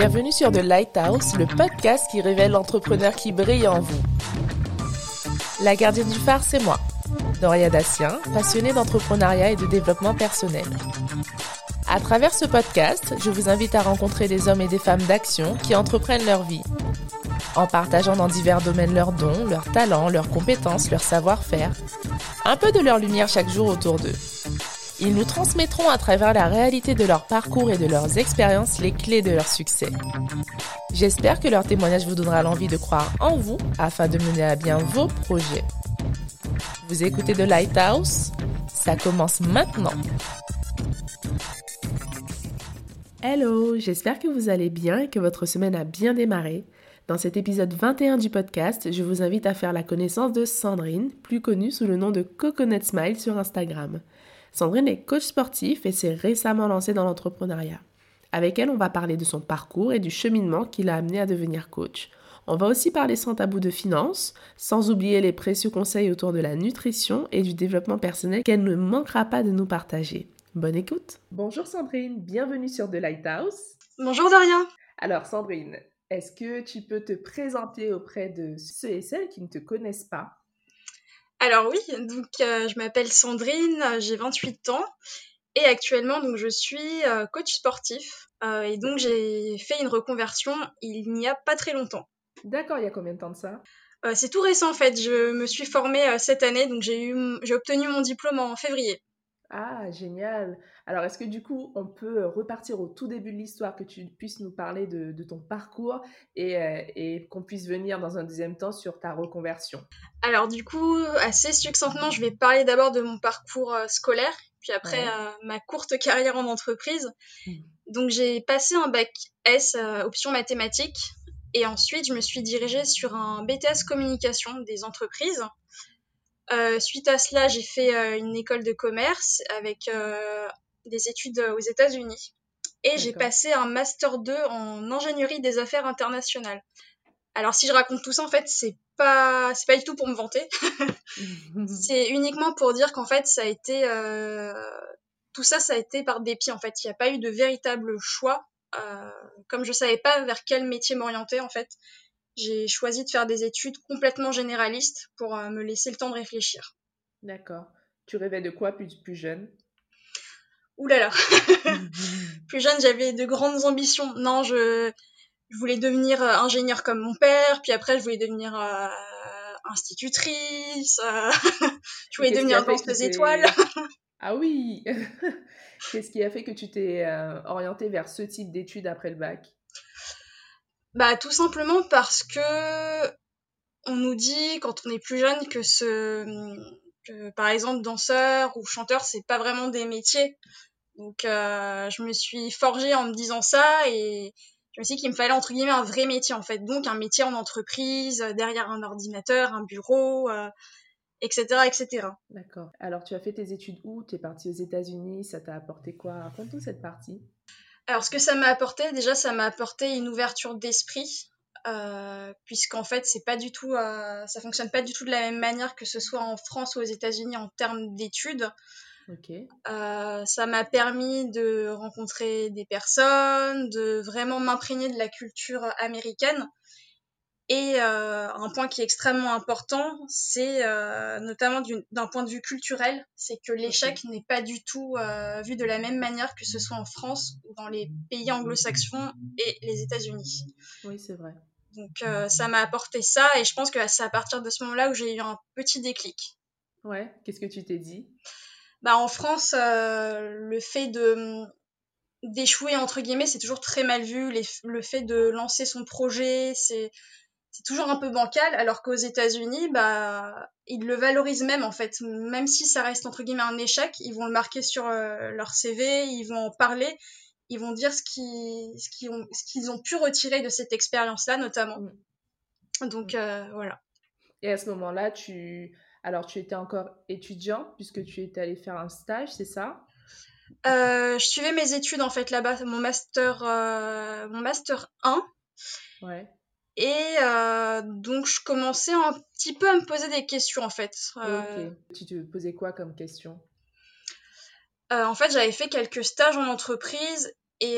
Bienvenue sur The Lighthouse, le podcast qui révèle l'entrepreneur qui brille en vous. La gardienne du phare, c'est moi, Doria Dassien, passionnée d'entrepreneuriat et de développement personnel. À travers ce podcast, je vous invite à rencontrer des hommes et des femmes d'action qui entreprennent leur vie. En partageant dans divers domaines leurs dons, leurs talents, leurs compétences, leur savoir-faire, un peu de leur lumière chaque jour autour d'eux. Ils nous transmettront à travers la réalité de leur parcours et de leurs expériences les clés de leur succès. J'espère que leur témoignage vous donnera l'envie de croire en vous afin de mener à bien vos projets. Vous écoutez The Lighthouse? Ça commence maintenant! Hello, j'espère que vous allez bien et que votre semaine a bien démarré. Dans cet épisode 21 du podcast, je vous invite à faire la connaissance de Sandrine, plus connue sous le nom de Coconut Smile sur Instagram. Sandrine est coach sportif et s'est récemment lancée dans l'entrepreneuriat. Avec elle, on va parler de son parcours et du cheminement qui l'a amenée à devenir coach. On va aussi parler sans tabou de finances, sans oublier les précieux conseils autour de la nutrition et du développement personnel qu'elle ne manquera pas de nous partager. Bonne écoute! Bonjour Sandrine, bienvenue sur The Lighthouse. Bonjour Doria. Alors Sandrine, est-ce que tu peux te présenter auprès de ceux et celles qui ne te connaissent pas? Alors oui, donc je m'appelle Sandrine, j'ai 28 ans et actuellement donc je suis coach sportif et donc j'ai fait une reconversion il n'y a pas très longtemps. D'accord, il y a combien de temps de ça? C'est tout récent en fait, je me suis formée cette année donc j'ai obtenu mon diplôme en février. Ah, génial! Alors, est-ce que du coup, on peut repartir au tout début de l'histoire, que tu puisses nous parler de ton parcours et qu'on puisse venir dans un deuxième temps sur ta reconversion? Alors du coup, assez succinctement, je vais parler d'abord de mon parcours scolaire, puis après Ouais. ma courte carrière en entreprise. Mhm. Donc j'ai passé un bac S option mathématiques et ensuite je me suis dirigée sur un BTS communication des entreprises. Suite à cela, j'ai fait une école de commerce avec des études aux États-Unis et j'ai D'accord. passé un master 2 en ingénierie des affaires internationales. Alors si je raconte tout ça, en fait, c'est pas du tout pour me vanter. C'est uniquement pour dire qu'en fait, tout ça, ça a été par dépit. En fait, il n'y a pas eu de véritable choix. Comme je savais pas vers quel métier m'orienter, en fait, j'ai choisi de faire des études complètement généralistes pour me laisser le temps de réfléchir. D'accord. Tu rêvais de quoi plus jeune? Ouh là là. Plus jeune, j'avais de grandes ambitions. Non, je voulais devenir ingénieure comme mon père, puis après, je voulais devenir institutrice. Je Et voulais qu'est-ce qui a devenir fait que tu danseuse étoile. t'es... Ah oui! Qu'est-ce qui a fait que tu t'es orientée vers ce type d'études après le bac? Bah, tout simplement parce que on nous dit quand on est plus jeune que par exemple danseur ou chanteur, c'est pas vraiment des métiers. Donc je me suis forgée en me disant ça et je me suis dit qu'il me fallait entre guillemets un vrai métier en fait. Donc un métier en entreprise, derrière un ordinateur, un bureau, etc., etc. D'accord. Alors, tu as fait tes études où? Tu es partie aux États-Unis, ça t'a apporté quoi? Raconte-nous cette partie. Alors ce que ça m'a apporté, déjà ça m'a apporté une ouverture d'esprit. Puisqu'en fait ça fonctionne pas du tout de la même manière que ce soit en France ou aux États-Unis en termes d'études. Ok. Ça m'a permis de rencontrer des personnes, de vraiment m'imprégner de la culture américaine. Et un point qui est extrêmement important, c'est notamment d'un point de vue culturel, c'est que Ok. l'échec n'est pas du tout vu de la même manière que ce soit en France ou dans les pays anglo-saxons et les États-Unis. Oui, c'est vrai. Donc ça m'a apporté ça et je pense que c'est à partir de ce moment-là où j'ai eu un petit déclic. Ouais, qu'est-ce que tu t'es dit? Bah, en France, le fait d'échouer entre guillemets, c'est toujours très mal vu. Le fait de lancer son projet, c'est toujours un peu bancal, alors qu'aux États-Unis, bah, ils le valorisent même en fait. Même si ça reste entre guillemets un échec, ils vont le marquer sur leur CV, ils vont en parler, ils vont dire ce qu'ils ont pu retirer de cette expérience-là notamment. Mm. Donc voilà. Et à ce moment-là, tu étais encore étudiante puisque tu étais allée faire un stage, c'est ça? Je suivais mes études en fait là-bas, mon master 1. Ouais. Et donc je commençais un petit peu à me poser des questions en fait. Ok. Tu te posais quoi comme question? En fait, j'avais fait quelques stages en entreprise et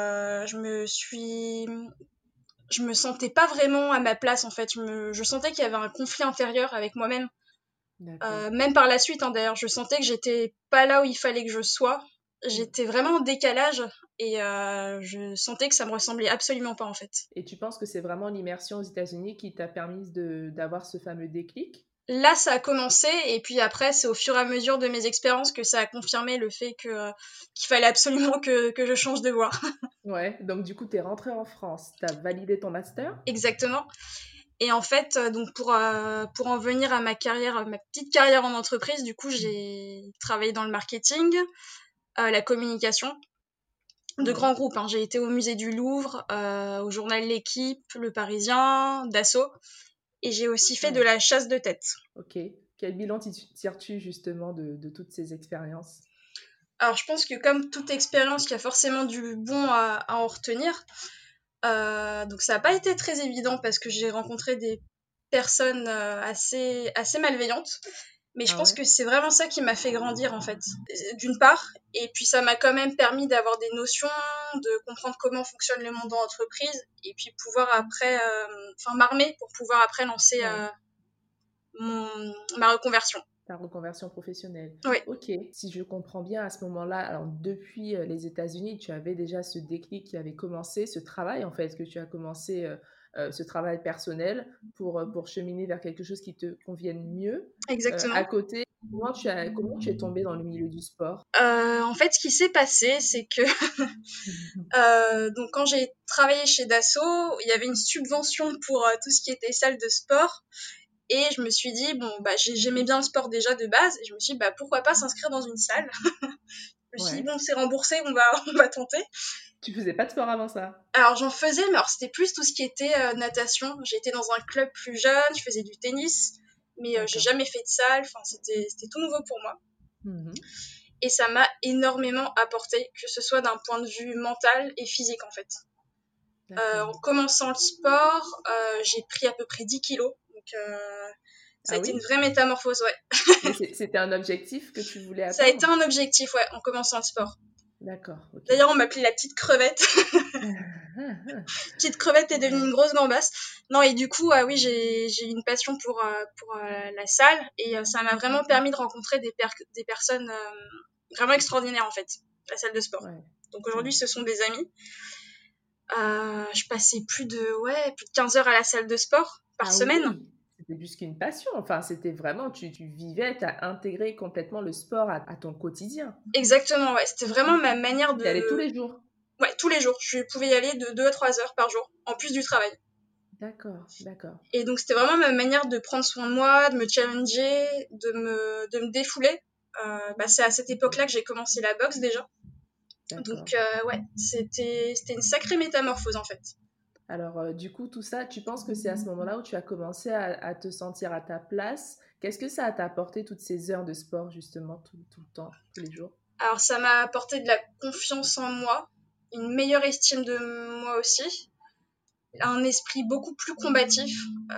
je me sentais pas vraiment à ma place en fait. Je sentais qu'il y avait un conflit intérieur avec moi-même. Même par la suite, hein, d'ailleurs, je sentais que j'étais pas là où il fallait que je sois. J'étais vraiment en décalage et je sentais que ça me ressemblait absolument pas en fait. Et tu penses que c'est vraiment l'immersion aux États-Unis qui t'a permis d'avoir ce fameux déclic? Là, ça a commencé et puis après, c'est au fur et à mesure de mes expériences que ça a confirmé le fait qu'il fallait absolument que je change de voie. Ouais, donc du coup, tu es rentrée en France, tu as validé ton master? Exactement. Et en fait, donc pour en venir à ma petite carrière en entreprise, du coup, j'ai travaillé dans le marketing, la communication de Ouais, grands groupes. Hein. J'ai été au musée du Louvre, au journal L'Équipe, Le Parisien, Dassault. Et j'ai aussi fait de ouais, la chasse de tête. ok. Quel bilan tires-tu justement de toutes ces expériences? Alors, je pense que comme toute expérience, il y a forcément du bon à en retenir. Donc, ça n'a pas été très évident parce que j'ai rencontré des personnes assez malveillantes. Mais je Ah pense ouais? que c'est vraiment ça qui m'a fait grandir, en fait, d'une part. Et puis, ça m'a quand même permis d'avoir des notions, de comprendre comment fonctionne le monde en entreprise. Et puis, pouvoir après, m'armer pour pouvoir après lancer Ouais. ma reconversion. Ta reconversion professionnelle. Oui, Ok, si je comprends bien à ce moment-là, alors depuis les États-Unis, tu avais déjà ce déclic qui avait commencé, ce travail en fait, que tu as commencé, ce travail personnel pour cheminer vers quelque chose qui te convienne mieux. À exactement. côté, comment tu es tombée dans le milieu du sport? En fait, ce qui s'est passé, c'est que donc quand j'ai travaillé chez Dassault, il y avait une subvention pour tout ce qui était salle de sport. Et je me suis dit, bon, bah, j'aimais bien le sport déjà de base. Et je me suis dit, bah, pourquoi pas s'inscrire dans une salle. Je me suis dit, Ouais. bon, c'est remboursé, on va tenter. Tu faisais pas de sport avant ça? Alors j'en faisais, mais alors c'était plus tout ce qui était natation. J'étais dans un club plus jeune, je faisais du tennis, mais j'ai D'accord. jamais fait de salle. Enfin, c'était tout nouveau pour moi. Mhm. Et ça m'a énormément apporté, que ce soit d'un point de vue mental et physique en fait. En D'accord. commençant le sport, j'ai pris à peu près 10 kilos. Donc, ça a Ah été une oui? vraie métamorphose, ouais. Mais c'était un objectif que tu voulais Ça a été atteindre? un objectif, ouais, en commençant le sport. D'accord, ok. D'ailleurs, on m'appelait la petite crevette. Petite crevette est devenue une Ouais. grosse gambasse. Non, et du coup, oui, j'ai une passion pour la salle. Et ça m'a vraiment permis de rencontrer des personnes vraiment extraordinaires, en fait, la salle de sport. Ouais. Donc aujourd'hui, Ouais. ce sont des amis. Je passais plus de 15 heures à la salle de sport par Ah semaine. oui, c'était plus qu'une passion. Enfin, c'était vraiment, tu vivais, tu as intégré complètement le sport à ton quotidien. Exactement, ouais. C'était vraiment ma manière Tu y allais tous de... les jours. Ouais, tous les jours. Je pouvais y aller de 2 à 3 heures par jour, en plus du travail. D'accord, d'accord, Et donc, c'était vraiment ma manière de prendre soin de moi, de me challenger, de me défouler. C'est à cette ok, époque-là que j'ai commencé la boxe déjà. Donc, d'accord. ouais, c'était une sacrée métamorphose en fait. Alors, du coup, tout ça, tu penses que c'est à ce moment-là où tu as commencé à te sentir à ta place? Qu'est-ce que ça t'a apporté toutes ces heures de sport, justement, tout le temps, tous les jours? Alors, ça m'a apporté de la confiance en moi, une meilleure estime de moi aussi, un esprit beaucoup plus combatif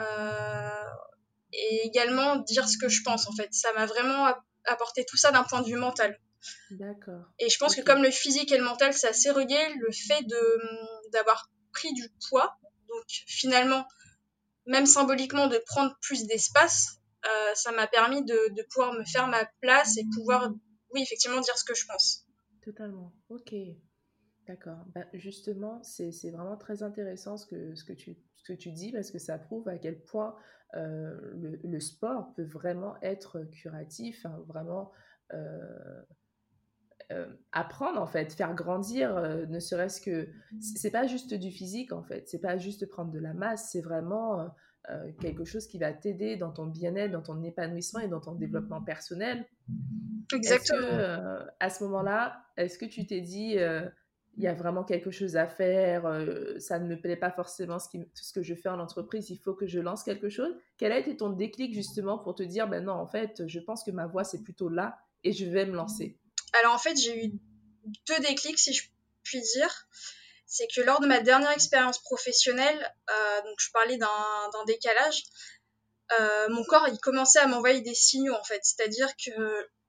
et également dire ce que je pense en fait. Ça m'a vraiment apporté tout ça d'un point de vue mental. D'accord, Et je pense que ok. comme le physique et le mental, c'est assez relié, le fait d'avoir pris du poids, donc finalement, même symboliquement, de prendre plus d'espace, ça m'a permis de pouvoir me faire ma place et pouvoir, oui, effectivement, dire ce que je pense. Totalement, ok. D'accord. Bah, justement, c'est vraiment très intéressant ce que tu dis parce que ça prouve à quel point le sport peut vraiment être curatif, hein, vraiment euh, apprendre en fait, faire grandir, ne serait-ce que c'est pas juste du physique en fait, c'est pas juste prendre de la masse, c'est vraiment quelque chose qui va t'aider dans ton bien-être, dans ton épanouissement et dans ton développement personnel. Est-ce que, Exactement. à ce moment-là, est-ce que tu t'es dit, il y a vraiment quelque chose à faire, ça ne me plaît pas forcément ce que je fais en entreprise, il faut que je lance quelque chose? Quel a été ton déclic justement pour te dire, ben non, en fait, je pense que ma voie, c'est plutôt là et je vais me lancer? Alors en fait, j'ai eu deux déclics, si je puis dire. C'est que lors de ma dernière expérience professionnelle, donc je parlais d'un décalage, mon corps il commençait à m'envoyer des signaux en fait. C'est-à-dire que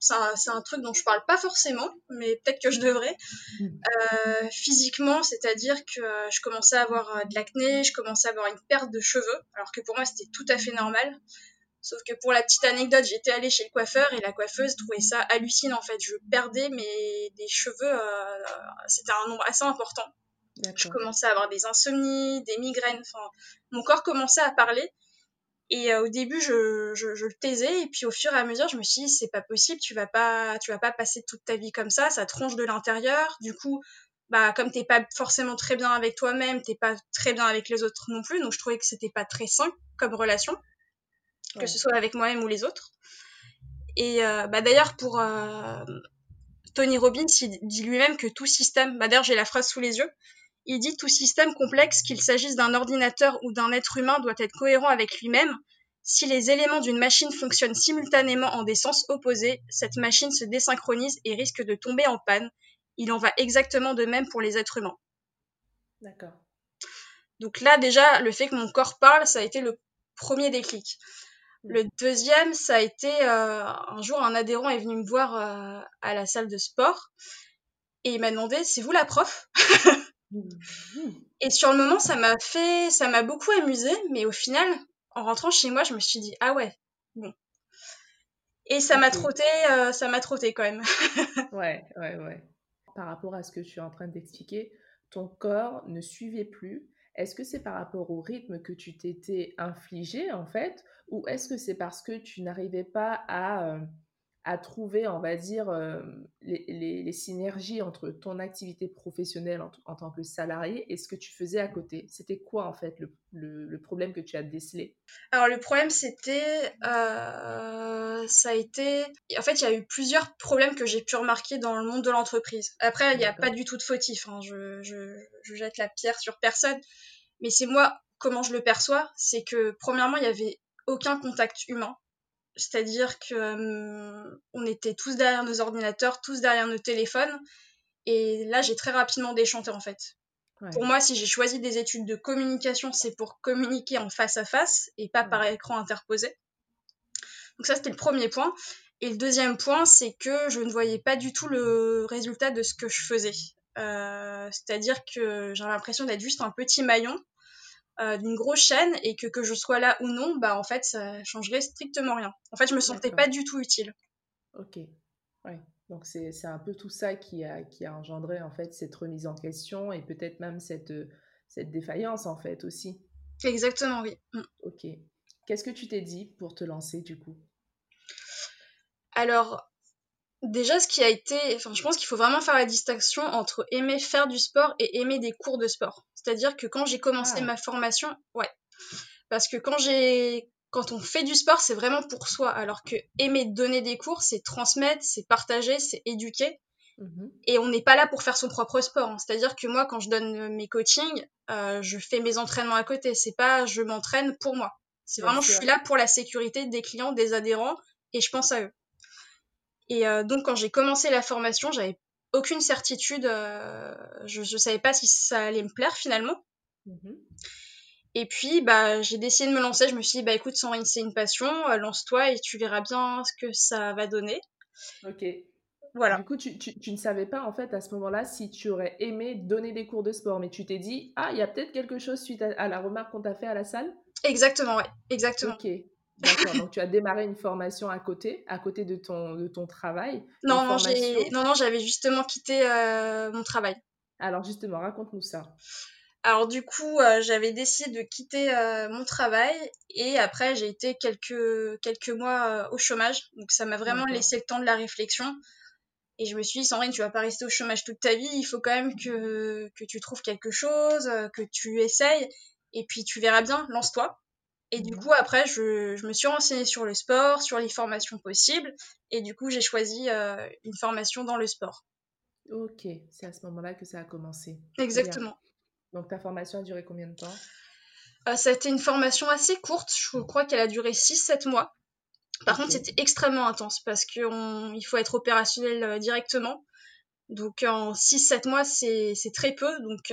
c'est un truc dont je parle pas forcément, mais peut-être que je devrais. Physiquement, c'est-à-dire que je commençais à avoir de l'acné, je commençais à avoir une perte de cheveux, alors que pour moi c'était tout à fait normal. Sauf que pour la petite anecdote, j'étais allée chez le coiffeur et la coiffeuse trouvait ça hallucinant en fait. Je perdais des cheveux, c'était un nombre assez important. Je D'accord. commençais à avoir des insomnies, des migraines, enfin, mon corps commençait à parler. Et au début, je le taisais, et puis au fur et à mesure, je me suis dit, c'est pas possible, tu vas pas passer toute ta vie comme ça te ronge de l'intérieur. Du coup, bah, comme t'es pas forcément très bien avec toi-même, t'es pas très bien avec les autres non plus, donc je trouvais que c'était pas très sain comme relation, que ce Ouais. soit avec moi-même ou les autres. Et bah, d'ailleurs, pour Tony Robbins, il dit lui-même que tout système, bah, d'ailleurs, j'ai la phrase sous les yeux, il dit tout système complexe, qu'il s'agisse d'un ordinateur ou d'un être humain, doit être cohérent avec lui-même. Si les éléments d'une machine fonctionnent simultanément en des sens opposés, cette machine se désynchronise et risque de tomber en panne. Il en va exactement de même pour les êtres humains. D'accord. Donc là, déjà, le fait que mon corps parle, ça a été le premier déclic. Mm. Le deuxième, ça a été un jour, un adhérent est venu me voir à la salle de sport et il m'a demandé, c'est vous la prof? Mhm. Et sur le moment, ça m'a beaucoup amusée, mais au final, en rentrant chez moi, je me suis dit, ah ouais, bon. Et Ok. ça m'a trotté quand même. Ouais, ouais, ouais. Par rapport à ce que tu es en train d'expliquer, ton corps ne suivait plus. Est-ce que c'est par rapport au rythme que tu t'étais infligé, en fait, ou est-ce que c'est parce que tu n'arrivais pas à trouver, on va dire, les synergies entre ton activité professionnelle en tant que salarié et ce que tu faisais à côté? C'était quoi, en fait, le problème que tu as décelé? Alors le problème, ça a été, en fait, il y a eu plusieurs problèmes que j'ai pu remarquer dans le monde de l'entreprise. Après, il n'y a pas D'accord. du tout de fautif, hein. Je jette la pierre sur personne, mais c'est moi, comment je le perçois, c'est que premièrement, il y avait aucun contact humain. C'est-à-dire que on était tous derrière nos ordinateurs, tous derrière nos téléphones. Et là, j'ai très rapidement déchanté en fait. Pour Ouais, moi, si j'ai choisi des études de communication, c'est pour communiquer en face à face et pas par ouais, écran interposé. Donc ça, c'était le premier point. Et le deuxième point, c'est que je ne voyais pas du tout le résultat de ce que je faisais. C'est-à-dire que j'avais l'impression d'être juste un petit maillon d'une grosse chaîne et que je sois là ou non, bah en fait, ça changerait strictement rien. En fait, je me sentais d'accord. pas du tout utile. Ok. Ouais. Donc c'est un peu tout ça qui a engendré en fait cette remise en question et peut-être même cette défaillance en fait aussi. Exactement, oui. Ok. Qu'est-ce que tu t'es dit pour te lancer du coup? Alors, déjà, ce qui a été, enfin, je pense qu'il faut vraiment faire la distinction entre aimer faire du sport et aimer des cours de sport. C'est-à-dire que quand j'ai commencé Ah. ma formation, ouais, parce que quand on fait du sport, c'est vraiment pour soi, alors que aimer donner des cours, c'est transmettre, c'est partager, c'est éduquer. Mhm. Et on n'est pas là pour faire son propre sport, hein. C'est-à-dire que moi, quand je donne mes coachings, je fais mes entraînements à côté. C'est pas je m'entraîne pour moi. C'est Bien vraiment je sûr. suis là pour la sécurité des clients, des adhérents, et je pense à eux. Et donc quand j'ai commencé la formation, j'avais aucune certitude, je savais pas si ça allait me plaire finalement. Mhm. Et puis bah j'ai décidé de me lancer, je me suis dit bah écoute Sandrine, c'est une passion, lance-toi et tu verras bien ce que ça va donner. Ok. Voilà. Du coup, tu ne savais pas en fait à ce moment-là si tu aurais aimé donner des cours de sport, mais tu t'es dit, ah, il y a peut-être quelque chose suite à la remarque qu'on t'a fait à la salle? Exactement, ouais, exactement. Ok, d'accord. Donc tu as démarré une formation à côté de ton travail, une Non, formation. non, j'avais justement quitté mon travail. Alors justement, raconte-nous ça. Alors du coup, j'avais décidé de quitter mon travail et après j'ai été quelques mois au chômage. Donc ça m'a vraiment D'accord. laissé le temps de la réflexion. Et je me suis dit, Sandrine, tu vas pas rester au chômage toute ta vie, il faut quand même que tu trouves quelque chose, que tu essayes, et puis tu verras bien, lance-toi. Et du Mhm. coup, après, je me suis renseignée sur le sport, sur les formations possibles, et du coup, j'ai choisi une formation dans le sport. Ok, c'est à ce moment-là que ça a commencé. Très bien. Exactement. Donc ta formation a duré combien de temps? Ça a été une formation assez courte, je crois qu'elle a duré 6 7 mois. Par Ok, contre, c'était extrêmement intense parce qu'il faut être opérationnel directement. Donc en 6 7 mois, c'est très peu. Donc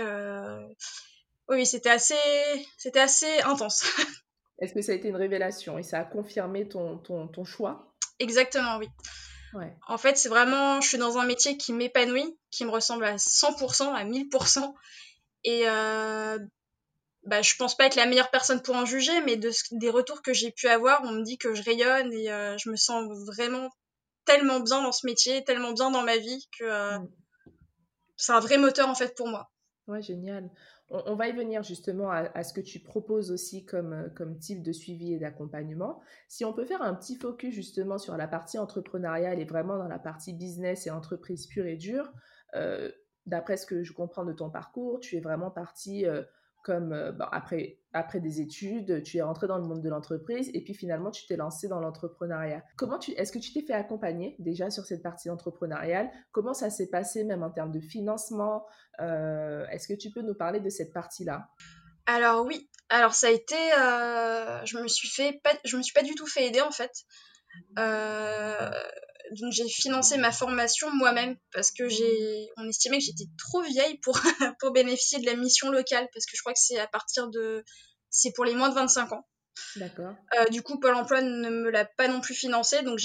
oui, c'était assez intense. est-ce que ça a été une révélation et ça a confirmé ton choix? Exactement, oui. Ouais. En fait, c'est vraiment, je suis dans un métier qui m'épanouit, qui me ressemble à 100%, à 1000%. Et je pense pas être la meilleure personne pour en juger, mais des retours que j'ai pu avoir, on me dit que je rayonne et je me sens vraiment tellement bien dans ce métier, tellement bien dans ma vie que Mm. c'est un vrai moteur en fait pour moi. Ouais, génial. On va y venir justement à ce que tu proposes aussi comme type de suivi et d'accompagnement. Si on peut faire un petit focus justement sur la partie entrepreneuriale et vraiment dans la partie business et entreprise pure et dure, euh, d'après ce que je comprends de ton parcours, tu es vraiment parti après des études, tu es rentré dans le monde de l'entreprise et puis finalement tu t'es lancé dans l'entrepreneuriat. Est-ce que tu t'es fait accompagner déjà sur cette partie entrepreneuriale? Comment ça s'est passé même en termes de financement? Est-ce que tu peux nous parler de cette partie-là? Alors oui, alors ça a été, je me suis pas du tout fait aider en fait. Euh, donc j'ai financé ma formation moi-même parce que on estimait que j'étais trop vieille pour pour bénéficier de la mission locale parce que je crois que c'est pour les moins de 25 ans. D'accord. Du coup, Pôle Emploi ne me l'a pas non plus financé, donc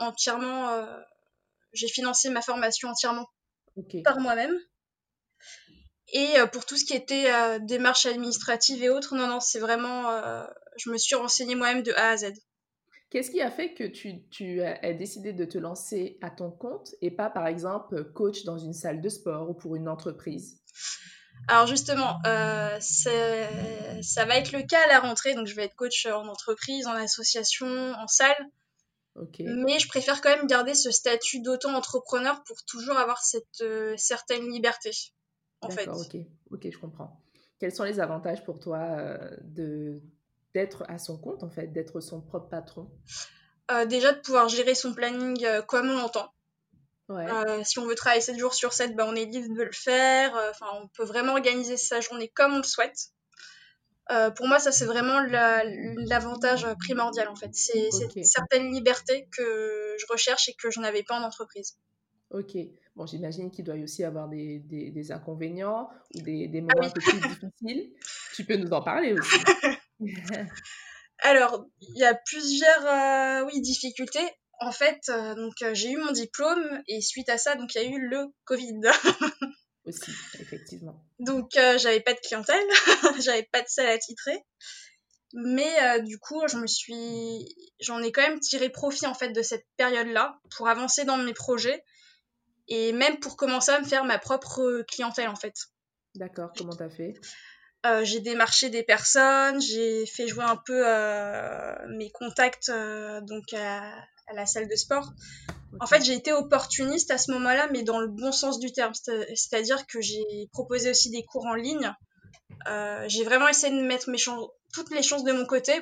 j'ai financé ma formation entièrement Ok. par moi-même. Et pour tout ce qui était démarches administratives et autres, non, non, c'est vraiment, je me suis renseignée moi-même de A à Z. Qu'est-ce qui a fait que tu as décidé de te lancer à ton compte et pas, par exemple, coach dans une salle de sport ou pour une entreprise? Alors justement, ça va être le cas à la rentrée, donc je vais être coach en entreprise, en association, en salle, Ok. mais je préfère quand même garder ce statut d'auto-entrepreneur pour toujours avoir cette certaine liberté, en fait. D'accord, ok. Ok, je comprends. Quels sont les avantages pour toi d'être à son compte, en fait, d'être son propre patron? Déjà de pouvoir gérer son planning comme on l'entend. Ouais. Si on veut travailler 7 jours sur 7, on est libre de le faire. Enfin, on peut vraiment organiser sa journée comme on le souhaite. Pour moi, ça, c'est vraiment l'avantage primordial, en fait. C'est cette Ok. certaine liberté que je recherche et que je n'avais pas en entreprise. Ok. Bon, j'imagine qu'il doit y aussi avoir des inconvénients ou des Ah moments un oui. peu plus difficiles. Tu peux nous en parler aussi. Alors, il y a plusieurs oui, difficultés. En fait, j'ai eu mon diplôme et suite à ça, donc il y a eu le Covid. Aussi, effectivement. Donc, j'avais pas de clientèle, j'avais pas de salle attitrée. Mais du coup, j'en ai quand même tiré profit en fait de cette période-là pour avancer dans mes projets et même pour commencer à me faire ma propre clientèle en fait. D'accord, comment t'as fait? J'ai démarché des personnes, j'ai fait jouer un peu mes contacts à la salle de sport. En Ok, fait, j'ai été opportuniste à ce moment-là, mais dans le bon sens du terme. C'est-à-dire que j'ai proposé aussi des cours en ligne. J'ai vraiment essayé de mettre toutes les chances de mon côté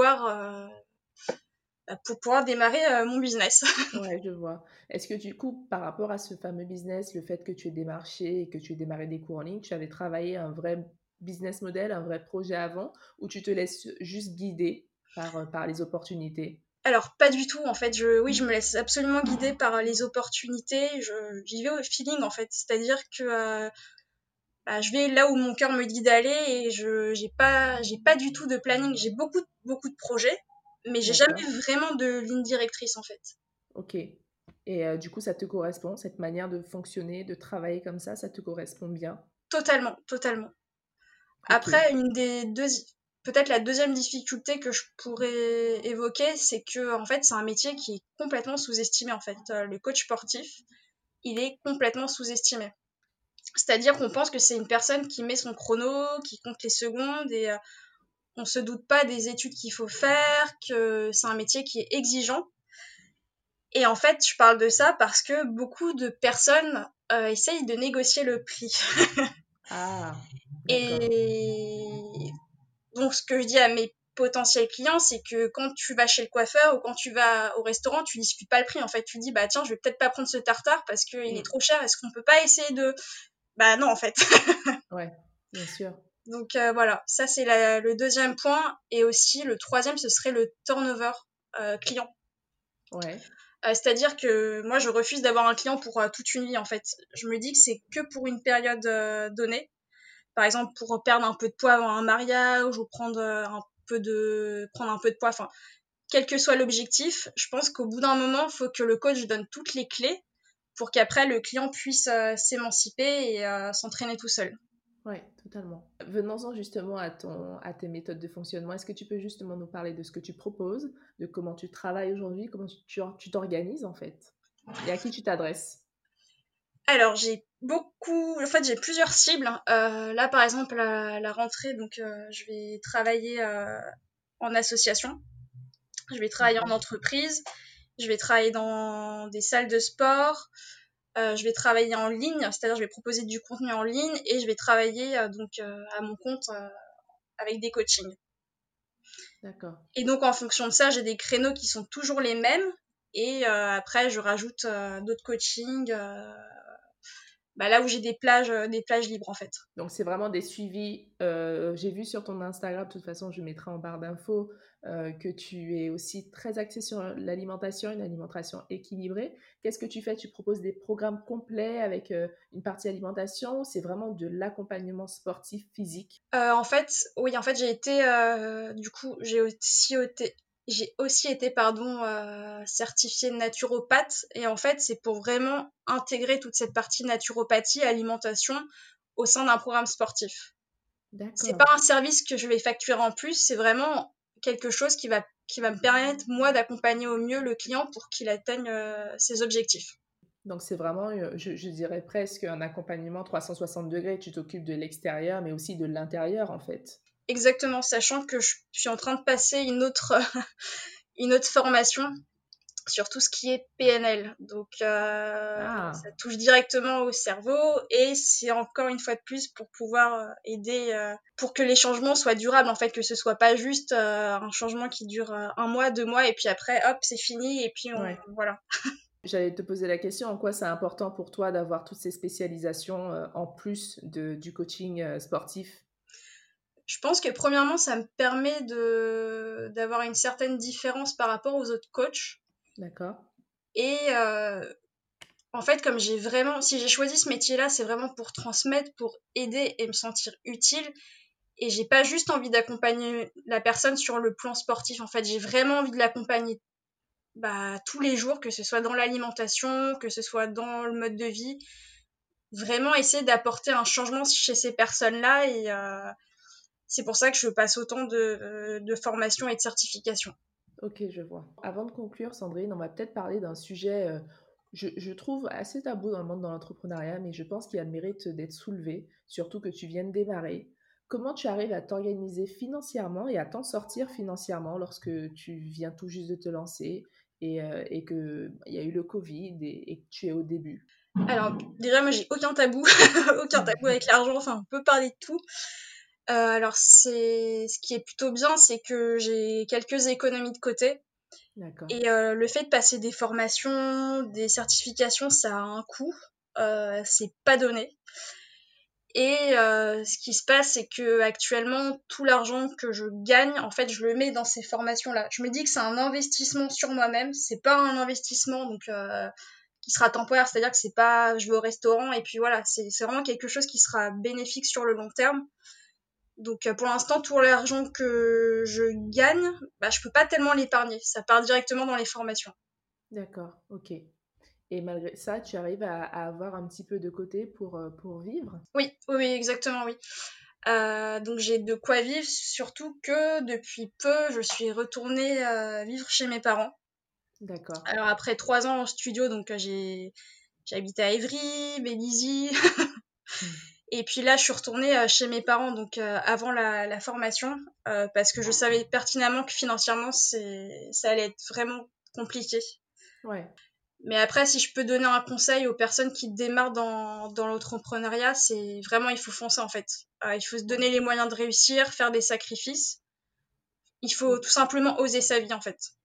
pour pouvoir démarrer mon business. ouais, je vois. Est-ce que du coup, par rapport à ce fameux business, le fait que tu aies démarché et que tu aies démarré des cours en ligne, tu avais travaillé un vrai business model, un vrai projet avant, ou tu te laisses juste guider par les opportunités? Alors, pas du tout, en fait. Oui, je me laisse absolument guider par les opportunités. J'y vais au feeling, en fait. C'est-à-dire que je vais là où mon cœur me dit d'aller et j'ai pas du tout de planning. J'ai beaucoup de projets, mais j'ai jamais D'accord, vraiment de ligne directrice, en fait. ok. Et du coup, ça te correspond, cette manière de fonctionner, de travailler comme ça te correspond bien? Totalement, totalement. Ok, Après, peut-être la deuxième difficulté que je pourrais évoquer, c'est que, en fait, c'est un métier qui est complètement sous-estimé, en fait. Le coach sportif, il est complètement sous-estimé. C'est-à-dire qu'on pense que c'est une personne qui met son chrono, qui compte les secondes et on se doute pas des études qu'il faut faire, que c'est un métier qui est exigeant. Et en fait, je parle de ça parce que beaucoup de personnes essayent de négocier le prix. ah, d'accord. Et donc, ce que je dis à mes potentiels clients, c'est que quand tu vas chez le coiffeur ou quand tu vas au restaurant, tu discutes pas le prix. En fait, tu dis, bah tiens, je vais peut-être pas prendre ce tartare parce qu'il est Mm, trop cher. Est-ce qu'on peut pas essayer de... Bah non, en fait. ouais, bien sûr. Donc voilà, ça c'est le deuxième point. Et aussi le troisième, ce serait le turnover client. Ouais, C'est-à-dire que moi, je refuse d'avoir un client pour toute une vie, en fait. Je me dis que c'est que pour une période donnée. Par exemple, pour perdre un peu de poids avant un mariage ou prendre un peu de poids. Enfin, quel que soit l'objectif, je pense qu'au bout d'un moment, il faut que le coach donne toutes les clés pour qu'après le client puisse s'émanciper et s'entraîner tout seul. Oui, totalement. Venons-en justement à tes méthodes de fonctionnement. Est-ce que tu peux justement nous parler de ce que tu proposes, de comment tu travailles aujourd'hui, comment tu t'organises en fait, et à qui tu t'adresses? Alors, j'ai plusieurs cibles. Là, par exemple, à la rentrée, donc je vais travailler en association, je vais travailler en D'accord. entreprise, je vais travailler dans des salles de sport, je vais travailler en ligne, c'est-à-dire je vais proposer du contenu en ligne et je vais travailler à mon compte avec des coachings. D'accord. Et donc en fonction de ça, j'ai des créneaux qui sont toujours les mêmes et après je rajoute d'autres coachings là où j'ai des plages libres en fait. Donc, c'est vraiment des suivis. J'ai vu sur ton Instagram, de toute façon, je mettrai en barre d'infos, que tu es aussi très axé sur l'alimentation, une alimentation équilibrée. Qu'est-ce que tu fais? Tu proposes des programmes complets avec une partie alimentation, ou c'est vraiment de l'accompagnement sportif physique? En fait, oui, en fait, du coup, j'ai aussi été, pardon, certifiée naturopathe. Et en fait, c'est pour vraiment intégrer toute cette partie naturopathie, alimentation au sein d'un programme sportif. C'est pas D'accord. un service que je vais facturer en plus, c'est vraiment quelque chose qui va me permettre, moi, d'accompagner au mieux le client pour qu'il atteigne ses objectifs. Donc, c'est vraiment, je dirais presque un accompagnement 360 degrés. Tu t'occupes de l'extérieur, mais aussi de l'intérieur, en fait. Exactement, sachant que je suis en train de passer une autre formation sur tout ce qui est PNL. Donc, ça Ah, touche directement au cerveau et c'est encore une fois de plus pour pouvoir aider, pour que les changements soient durables, en fait, que ce soit pas juste un changement qui dure un mois, 2 mois et puis après, hop, c'est fini et puis ouais. voilà. J'allais te poser la question, en quoi c'est important pour toi d'avoir toutes ces spécialisations en plus du coaching sportif? Je pense que premièrement, ça me permet d'avoir une certaine différence par rapport aux autres coachs D'accord? et en fait, comme si j'ai choisi ce métier-là, c'est vraiment pour transmettre, pour aider et me sentir utile. Et j'ai pas juste envie d'accompagner la personne sur le plan sportif. En fait, j'ai vraiment envie de l'accompagner tous les jours, que ce soit dans l'alimentation, que ce soit dans le mode de vie. Vraiment essayer d'apporter un changement chez ces personnes-là. Et c'est pour ça que je passe autant de formations et de certifications. Ok, je vois. Avant de conclure, Sandrine, on va peut-être parler d'un sujet, je trouve assez tabou dans le monde de l'entrepreneuriat, mais je pense qu'il a le mérite d'être soulevé, surtout que tu viens de démarrer. Comment tu arrives à t'organiser financièrement et à t'en sortir financièrement lorsque tu viens tout juste de te lancer et qu'il y a eu le Covid et que tu es au début? Alors, déjà, moi, j'ai aucun tabou, aucun tabou avec l'argent. Enfin, on peut parler de tout. Alors, ce qui est plutôt bien, c'est que j'ai quelques économies de côté. D'accord. Et le fait de passer des formations, des certifications, ça a un coût. C'est pas donné. Et ce qui se passe, c'est que actuellement, tout l'argent que je gagne, en fait, je le mets dans ces formations-là. Je me dis que c'est un investissement sur moi-même. C'est pas un investissement qui sera temporaire. C'est-à-dire que c'est pas, je vais au restaurant et puis voilà. C'est vraiment quelque chose qui sera bénéfique sur le long terme. Donc pour l'instant, tout l'argent que je gagne, je peux pas tellement l'épargner. Ça part directement dans les formations. D'accord, ok. Et malgré ça, tu arrives à avoir un petit peu de côté pour vivre? Oui, oui, oui, exactement, oui. Donc j'ai de quoi vivre, surtout que depuis peu, je suis retournée vivre chez mes parents. D'accord. Alors après 3 ans en studio, donc j'ai habité à Évry, Vélizy, Mm. et puis là je suis retournée chez mes parents donc avant la formation parce que je savais pertinemment que financièrement ça allait être vraiment compliqué. Ouais, Mais après, si je peux donner un conseil aux personnes qui démarrent dans l'entrepreneuriat, c'est vraiment, il faut foncer en fait. Il faut se ouais. donner les moyens de réussir, faire des sacrifices. Il faut tout simplement oser sa vie en fait.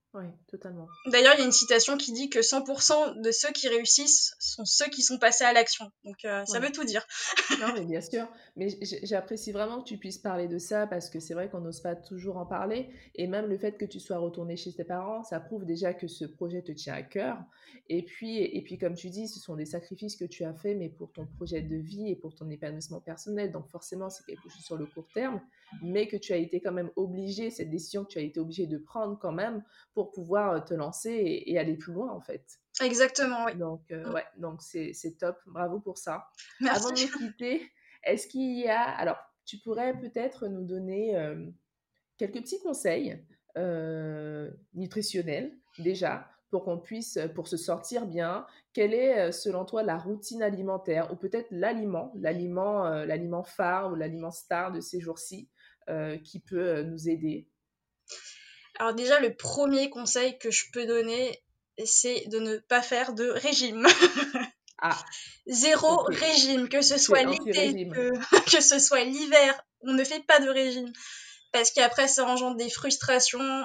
Oui, totalement. D'ailleurs, il y a une citation qui dit que 100% de ceux qui réussissent sont ceux qui sont passés à l'action. Donc, ça Oui. veut tout dire. Non, mais bien sûr. Mais j'apprécie vraiment que tu puisses parler de ça parce que c'est vrai qu'on n'ose pas toujours en parler. Et même le fait que tu sois retourné chez tes parents, ça prouve déjà que ce projet te tient à cœur. Et puis, comme tu dis, ce sont des sacrifices que tu as faits, mais pour ton projet de vie et pour ton épanouissement personnel. Donc, forcément, c'est quelque chose sur le court terme, mais que tu as été quand même obligé, cette décision que tu as été obligé de prendre quand même pour pouvoir te lancer et aller plus loin, en fait. Exactement, oui. Donc, ouais, donc c'est top. Bravo pour ça. Avant Merci. de nous quitter, est-ce qu'il y a... Alors, tu pourrais peut-être nous donner quelques petits conseils nutritionnels, déjà, pour qu'on puisse, pour se sortir bien. Quelle est, selon toi, la routine alimentaire ou peut-être l'aliment phare ou l'aliment star de ces jours-ci qui peut nous aider? Alors déjà, le premier conseil que je peux donner, c'est de ne pas faire de régime. Ah, Zéro ok. régime, que ce Tu es soit l'été, anti-régime. que ce soit l'hiver, on ne fait pas de régime. Parce qu'après, ça engendre des frustrations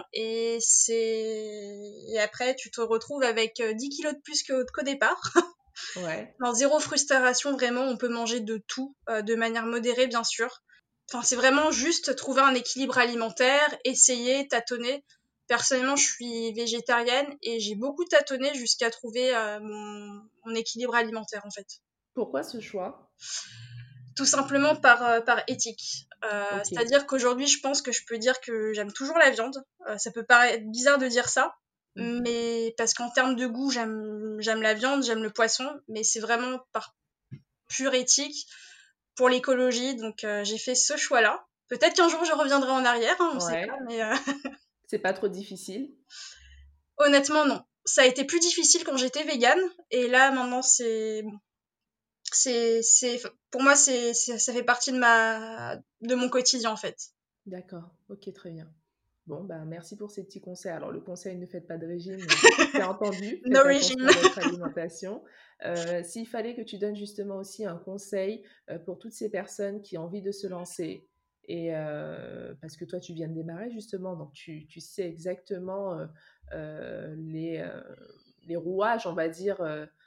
et après, tu te retrouves avec 10 kilos de plus qu'au départ. Ouais, Non, zéro frustration, vraiment, on peut manger de tout, de manière modérée, bien sûr. Enfin, c'est vraiment juste trouver un équilibre alimentaire, essayer, tâtonner. Personnellement, je suis végétarienne et j'ai beaucoup tâtonné jusqu'à trouver mon équilibre alimentaire, en fait. pourquoi ce choix? Tout simplement par éthique. Ok. C'est-à-dire qu'aujourd'hui, je pense que je peux dire que j'aime toujours la viande. Ça peut paraître bizarre de dire ça, Mhm. mais parce qu'en termes de goût, j'aime la viande, j'aime le poisson, mais c'est vraiment par pure éthique pour l'écologie. Donc j'ai fait ce choix-là. Peut-être qu'un jour je reviendrai en arrière, hein, on sait pas, Ouais. mais C'est pas trop difficile. honnêtement non. Ça a été plus difficile quand j'étais végane, et là maintenant c'est bon. C'est pour moi ça fait partie de mon quotidien en fait. D'accord. Ok, très bien. Bon, bah, merci pour ces petits conseils. Alors, le conseil, ne faites pas de régime, c'est entendu. No Faites attention régime. à votre alimentation. S'il fallait que tu donnes justement aussi un conseil pour toutes ces personnes qui ont envie de se lancer, et parce que toi, tu viens de démarrer justement, donc tu sais exactement les rouages, on va dire,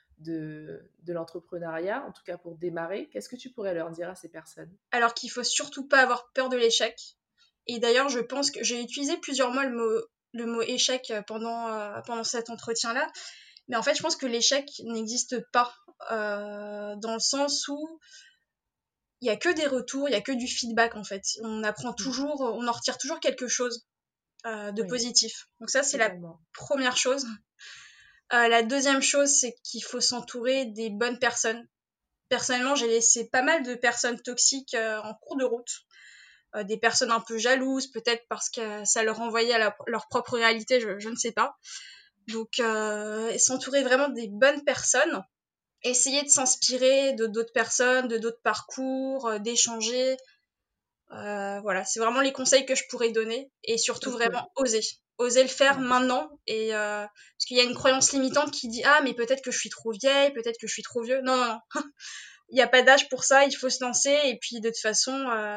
de l'entrepreneuriat, en tout cas pour démarrer. Qu'est-ce que tu pourrais leur dire à ces personnes? Alors qu'il faut surtout pas avoir peur de l'échec. Et d'ailleurs, je pense que j'ai utilisé plusieurs mois le mot échec pendant cet entretien-là. Mais en fait, je pense que l'échec n'existe pas, dans le sens où il y a que des retours, il y a que du feedback en fait. On apprend Mm. toujours, on en retire toujours quelque chose de Oui, positif. Donc ça, c'est la totalement. première chose. La deuxième chose, c'est qu'il faut s'entourer des bonnes personnes. Personnellement, j'ai laissé pas mal de personnes toxiques en cours de route. Des personnes un peu jalouses, peut-être parce que ça leur renvoyait à leur propre réalité, je ne sais pas. Donc, s'entourer vraiment des bonnes personnes, essayer de s'inspirer de d'autres personnes, de d'autres parcours, d'échanger. Voilà, c'est vraiment les conseils que je pourrais donner. Et surtout, Ok. vraiment, oser. Oser le faire Ouais. maintenant. Parce qu'il y a une croyance limitante qui dit ah, mais peut-être que je suis trop vieille, peut-être que je suis trop vieux. Non, non, non. Il n'y a pas d'âge pour ça, il faut se lancer. Et puis, de toute façon,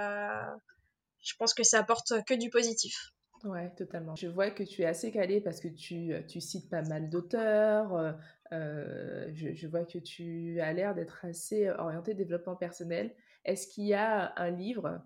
je pense que ça apporte que du positif. Ouais, totalement. Je vois que tu es assez calé parce que tu cites pas mal d'auteurs. Je vois que tu as l'air d'être assez orienté développement personnel. Est-ce qu'il y a un livre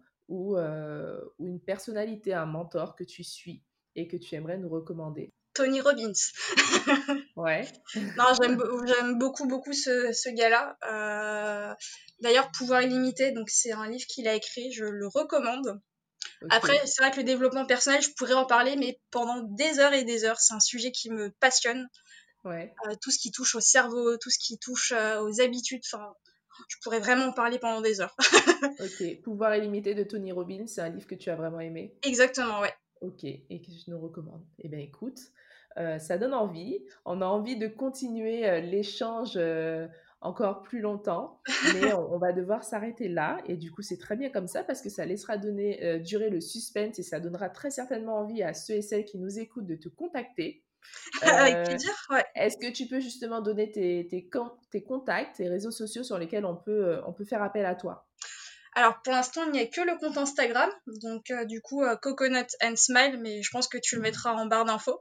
ou une personnalité, un mentor que tu suis et que tu aimerais nous recommander? Tony Robbins. Ouais. Non, j'aime beaucoup, beaucoup ce gars-là. D'ailleurs, Pouvoir illimité, donc c'est un livre qu'il a écrit, je le recommande. Ok. Après, c'est vrai que le développement personnel, je pourrais en parler, mais pendant des heures et des heures. C'est un sujet qui me passionne. Ouais. Tout ce qui touche au cerveau, tout ce qui touche aux habitudes, enfin, je pourrais vraiment en parler pendant des heures. Ok. Pouvoir illimité de Tony Robbins, c'est un livre que tu as vraiment aimé. Exactement, ouais. Ok, et que je nous recommande. Eh bien, écoute, ça donne envie. On a envie de continuer l'échange encore plus longtemps, mais on va devoir s'arrêter là. Et du coup, c'est très bien comme ça parce que ça laissera durer le suspense et ça donnera très certainement envie à ceux et celles qui nous écoutent de te contacter. Avec Euh, plaisir, ouais. Est-ce que tu peux justement donner tes contacts, tes réseaux sociaux sur lesquels on peut faire appel à toi? Alors, pour l'instant, il n'y a que le compte Instagram, donc du coup, Coconut and Smile, mais je pense que tu le mettras en barre d'infos.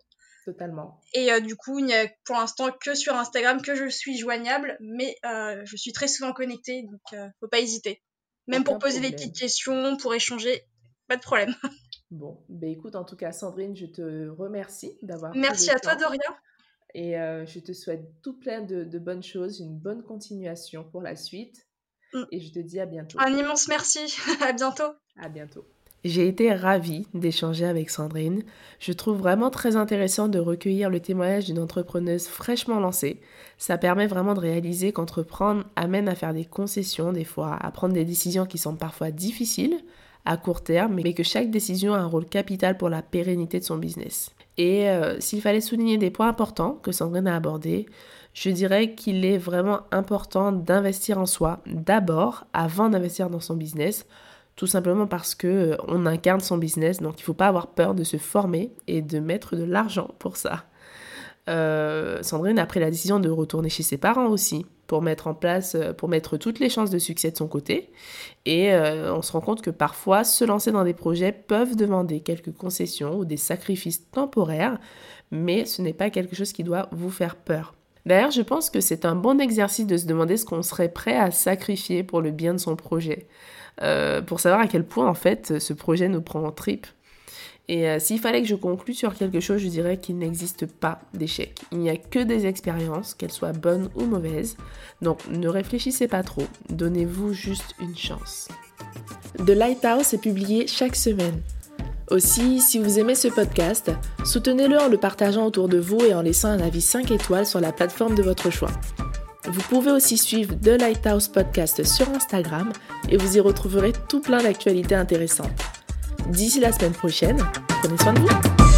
Totalement. Et du coup, il n'y a pour l'instant que sur Instagram que je suis joignable, mais je suis très souvent connectée, donc faut pas hésiter. Même Aucun pour poser des problème. petites questions, pour échanger, pas de problème. Bon, ben écoute, en tout cas, Sandrine, je te remercie d'avoir pris Merci le à toi, temps Doria. et je te souhaite tout plein de bonnes choses, une bonne continuation pour la suite et je te dis à bientôt. Un immense merci. À bientôt. À bientôt. J'ai été ravie d'échanger avec Sandrine. Je trouve vraiment très intéressant de recueillir le témoignage d'une entrepreneuse fraîchement lancée. Ça permet vraiment de réaliser qu'entreprendre amène à faire des concessions des fois, à prendre des décisions qui sont parfois difficiles à court terme, mais que chaque décision a un rôle capital pour la pérennité de son business. Et s'il fallait souligner des points importants que Sandrine a abordés, je dirais qu'il est vraiment important d'investir en soi d'abord, avant d'investir dans son business, tout simplement parce que on incarne son business, donc il ne faut pas avoir peur de se former et de mettre de l'argent pour ça. Sandrine a pris la décision de retourner chez ses parents aussi pour mettre toutes les chances de succès de son côté. Et on se rend compte que parfois, se lancer dans des projets peuvent demander quelques concessions ou des sacrifices temporaires, mais ce n'est pas quelque chose qui doit vous faire peur. D'ailleurs, je pense que c'est un bon exercice de se demander ce qu'on serait prêt à sacrifier pour le bien de son projet. Pour savoir à quel point, en fait, ce projet nous prend en tripes. Et s'il fallait que je conclue sur quelque chose, je dirais qu'il n'existe pas d'échec. Il n'y a que des expériences, qu'elles soient bonnes ou mauvaises. Donc ne réfléchissez pas trop, donnez-vous juste une chance. The Lighthouse est publié chaque semaine. Aussi, si vous aimez ce podcast, soutenez-le en le partageant autour de vous et en laissant un avis 5 étoiles sur la plateforme de votre choix. Vous pouvez aussi suivre The Lighthouse Podcast sur Instagram et vous y retrouverez tout plein d'actualités intéressantes. D'ici la semaine prochaine, prenez soin de vous.